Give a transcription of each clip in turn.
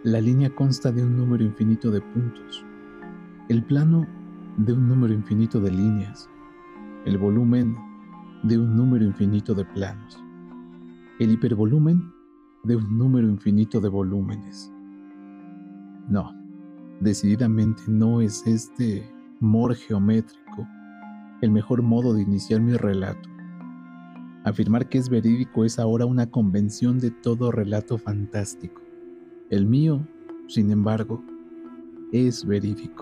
La línea consta de un número infinito de puntos, el plano de un número infinito de líneas, el volumen de un número infinito de planos, el hipervolumen de un número infinito de volúmenes. No, decididamente no es este mor geométrico el mejor modo de iniciar mi relato. Afirmar que es verídico es ahora una convención de todo relato fantástico. El mío, sin embargo, es verídico.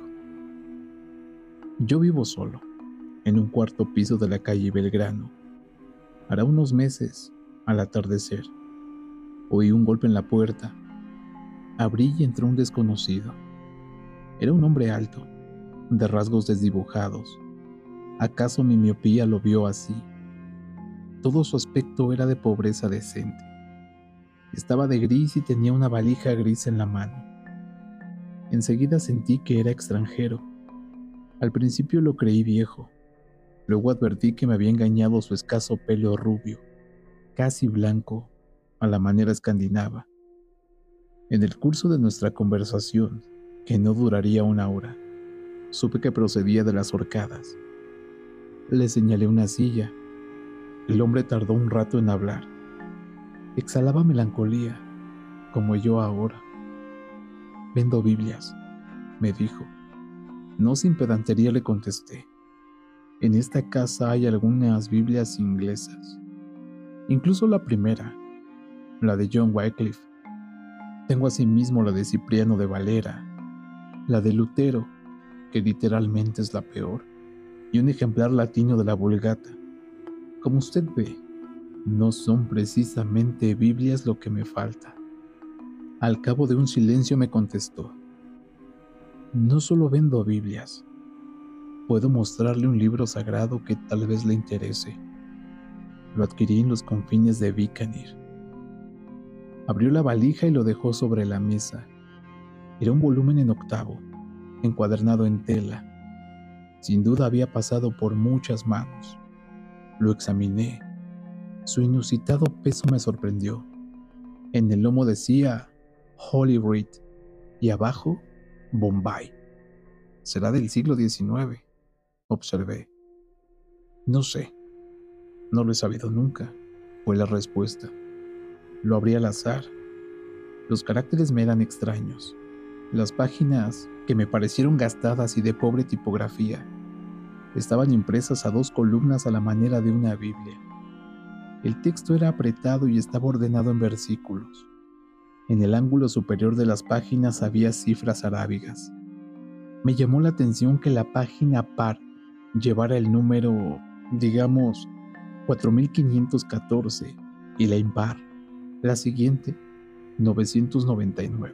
Yo vivo solo, en un cuarto piso de la calle Belgrano. Hará unos meses, al atardecer, oí un golpe en la puerta. Abrí y entró un desconocido. Era un hombre alto, de rasgos desdibujados. ¿Acaso mi miopía lo vio así? Todo su aspecto era de pobreza decente. Estaba de gris y tenía una valija gris en la mano. Enseguida sentí que era extranjero. Al principio lo creí viejo. Luego advertí que me había engañado su escaso pelo rubio, casi blanco, a la manera escandinava. En el curso de nuestra conversación, que no duraría una hora, supe que procedía de las horcadas. Le señalé una silla. El hombre tardó un rato en hablar. Exhalaba melancolía, como yo ahora. «Vendo Biblias», me dijo. No sin pedantería le contesté. En esta casa hay algunas Biblias inglesas, incluso la primera, la de John Wycliffe. Tengo asimismo la de Cipriano de Valera, la de Lutero, que literalmente es la peor, y un ejemplar latino de la Vulgata. Como usted ve, no son precisamente Biblias lo que me falta. Al cabo de un silencio me contestó: «No solo vendo Biblias. Puedo mostrarle un libro sagrado que tal vez le interese. Lo adquirí en los confines de Bikaner». Abrió la valija y lo dejó sobre la mesa. Era un volumen en octavo, encuadernado en tela. Sin duda había pasado por muchas manos. Lo examiné. Su inusitado peso me sorprendió. En el lomo decía Holy Writ y abajo Bombay. «Será del siglo XIX», observé. «No sé. No lo he sabido nunca», fue la respuesta. Lo abrí al azar. Los caracteres me eran extraños. Las páginas, que me parecieron gastadas y de pobre tipografía, estaban impresas a 2 columnas a la manera de una Biblia. El texto era apretado y estaba ordenado en versículos. En el ángulo superior de las páginas había cifras arábigas. Me llamó la atención que la página par llevara el número, digamos, 4514, y la impar, la siguiente, 999.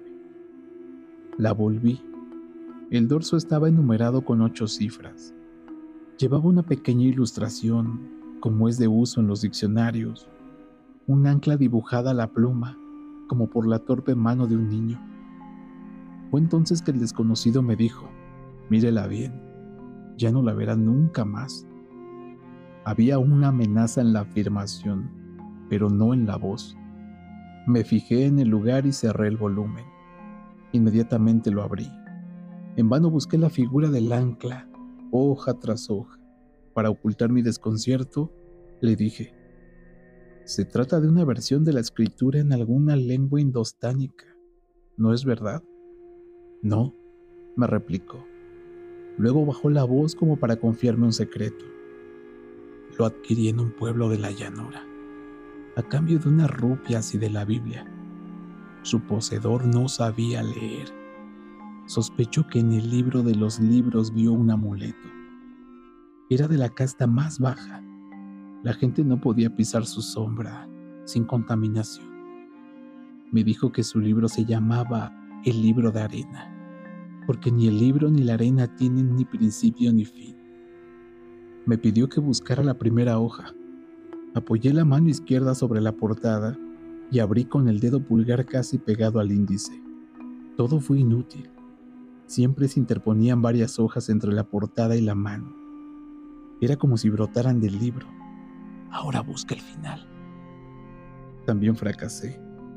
La volví. El dorso estaba enumerado con 8 cifras. Llevaba una pequeña ilustración, como es de uso en los diccionarios, un ancla dibujada a la pluma, como por la torpe mano de un niño. Fue entonces que el desconocido me dijo: «Mírela bien, ya no la verá nunca más». Había una amenaza en la afirmación, pero no en la voz. Me fijé en el lugar y cerré el volumen. Inmediatamente lo abrí. En vano busqué la figura del ancla, hoja tras hoja. Para ocultar mi desconcierto, le dije: «Se trata de una versión de la escritura en alguna lengua indostánica, ¿no es verdad?». «No», me replicó. Luego bajó la voz como para confiarme un secreto. «Lo adquirí en un pueblo de la llanura, a cambio de unas rupias y de la Biblia. Su poseedor no sabía leer. Sospechó que en el libro de los libros vio un amuleto. Era de la casta más baja. La gente no podía pisar su sombra sin contaminación. Me dijo que su libro se llamaba El Libro de Arena, porque ni el libro ni la arena tienen ni principio ni fin. Me pidió que buscara la primera hoja. Apoyé la mano izquierda sobre la portada y abrí con el dedo pulgar casi pegado al índice. Todo fue inútil. Siempre se interponían varias hojas entre la portada y la mano. Era como si brotaran del libro. «Ahora busca el final». También fracasé.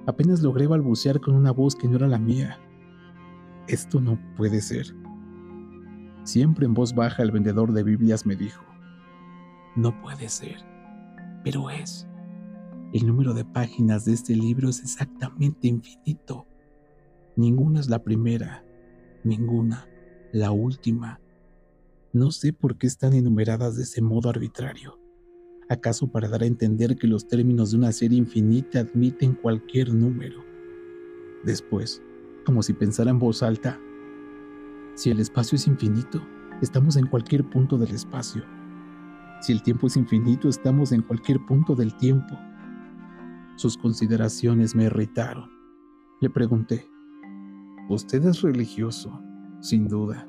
Apenas logré balbucear con una voz que no era la mía. Esto no puede ser. Siempre en voz baja el vendedor de Biblias me dijo: no puede ser, pero es. El número de páginas de este libro es exactamente infinito. Ninguna es la primera, ninguna la última. No sé por qué están enumeradas de ese modo arbitrario. ¿Acaso para dar a entender que los términos de una serie infinita admiten cualquier número? Después, como si pensara en voz alta: si el espacio es infinito, estamos en cualquier punto del espacio. Si el tiempo es infinito, estamos en cualquier punto del tiempo. Sus consideraciones me irritaron. Le pregunté: ¿usted es religioso? Sin duda.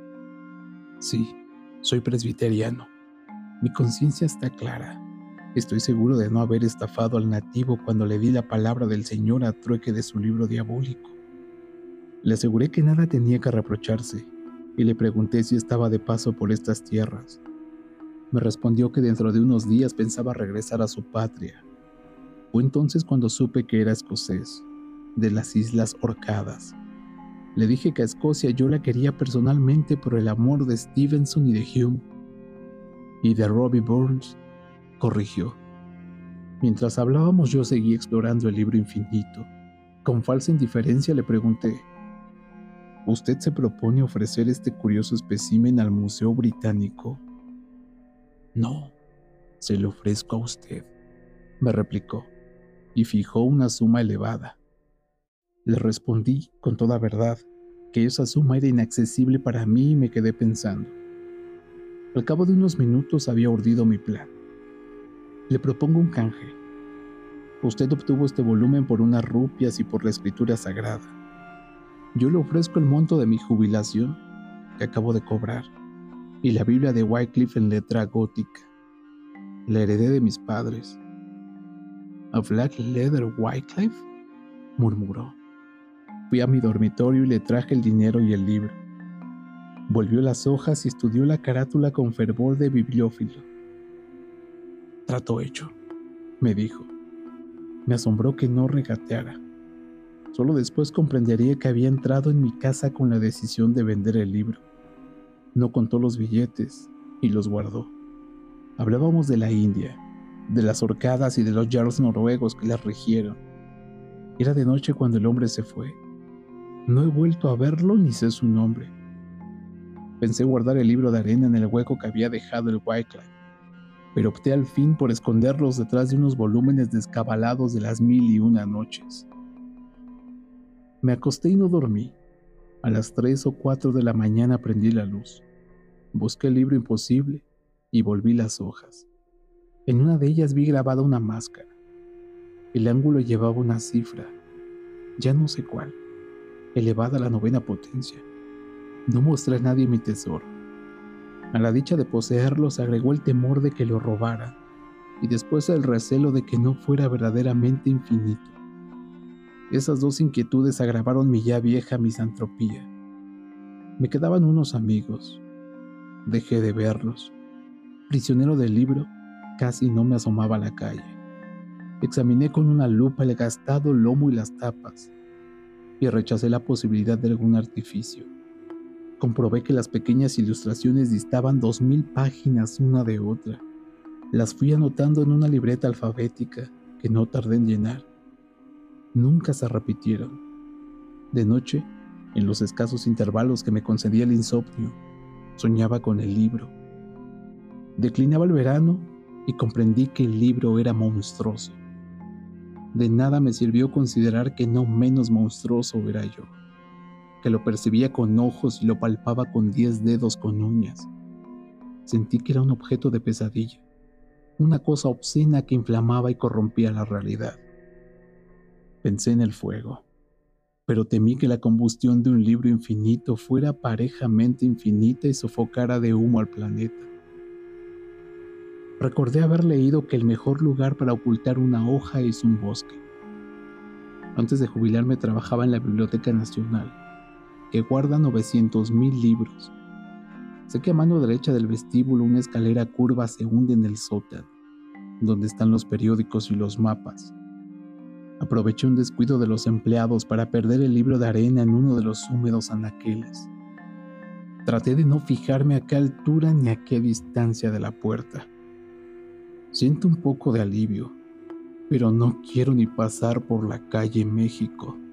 Sí, soy presbiteriano. Mi conciencia está clara. Estoy seguro de no haber estafado al nativo cuando le di la palabra del Señor a trueque de su libro diabólico. Le aseguré que nada tenía que reprocharse y le pregunté si estaba de paso por estas tierras. Me respondió que dentro de unos días pensaba regresar a su patria. Fue entonces cuando supe que era escocés, de las Islas Orcadas. Le dije que a Escocia yo la quería personalmente por el amor de Stevenson y de Hume. Y de Robbie Burns, corrigió. Mientras hablábamos yo seguí explorando el libro infinito. Con falsa indiferencia le pregunté: ¿usted se propone ofrecer este curioso espécimen al Museo Británico? No, se lo ofrezco a usted, me replicó, y fijó una suma elevada. Le respondí con toda verdad que esa suma era inaccesible para mí y me quedé pensando. Al cabo de unos minutos había urdido mi plan. Le propongo un canje. Usted obtuvo este volumen por unas rupias y por la escritura sagrada. Yo le ofrezco el monto de mi jubilación, que acabo de cobrar, y la Biblia de Wycliffe en letra gótica. La heredé de mis padres. ¿A Black Leather Wycliffe?, murmuró. Fui a mi dormitorio y le traje el dinero y el libro. Volvió las hojas y estudió la carátula con fervor de bibliófilo. Trato hecho, me dijo. Me asombró que no regateara. Solo después comprendería que había entrado en mi casa con la decisión de vender el libro. No contó los billetes y los guardó. Hablábamos de la India, de las Orcadas y de los jarls noruegos que las rigieron. Era de noche cuando el hombre se fue. No he vuelto a verlo ni sé su nombre. Pensé guardar el libro de arena en el hueco que había dejado el Wycliffe, pero opté al fin por esconderlos detrás de unos volúmenes descabalados de las 1001 noches. Me acosté y no dormí. A las 3 o 4 de la mañana prendí la luz. Busqué el libro imposible y volví las hojas. En una de ellas vi grabada una máscara. El ángulo llevaba una cifra, ya no sé cuál, elevada a la 9ª potencia. No mostré a nadie mi tesoro. A la dicha de poseerlo se agregó el temor de que lo robaran, y después el recelo de que no fuera verdaderamente infinito. Esas dos inquietudes agravaron mi ya vieja misantropía. Me quedaban unos amigos. Dejé de verlos. Prisionero del libro, casi no me asomaba a la calle. Examiné con una lupa el gastado lomo y las tapas, y rechacé la posibilidad de algún artificio. Comprobé que las pequeñas ilustraciones distaban 2000 páginas una de otra. Las fui anotando en una libreta alfabética que no tardé en llenar. Nunca se repitieron. De noche, en los escasos intervalos que me concedía el insomnio, soñaba con el libro. Declinaba el verano y comprendí que el libro era monstruoso. De nada me sirvió considerar que no menos monstruoso era yo, que lo percibía con ojos y lo palpaba con 10 dedos con uñas. Sentí que era un objeto de pesadilla, una cosa obscena que inflamaba y corrompía la realidad. Pensé en el fuego, pero temí que la combustión de un libro infinito fuera parejamente infinita y sofocara de humo al planeta. Recordé haber leído que el mejor lugar para ocultar una hoja es un bosque. Antes de jubilarme trabajaba en la Biblioteca Nacional, que guarda 900,000 libros. Sé que a mano derecha del vestíbulo una escalera curva se hunde en el sótano, donde están los periódicos y los mapas. Aproveché un descuido de los empleados para perder el libro de arena en uno de los húmedos anaqueles. Traté de no fijarme a qué altura ni a qué distancia de la puerta. Siento un poco de alivio, pero no quiero ni pasar por la calle México.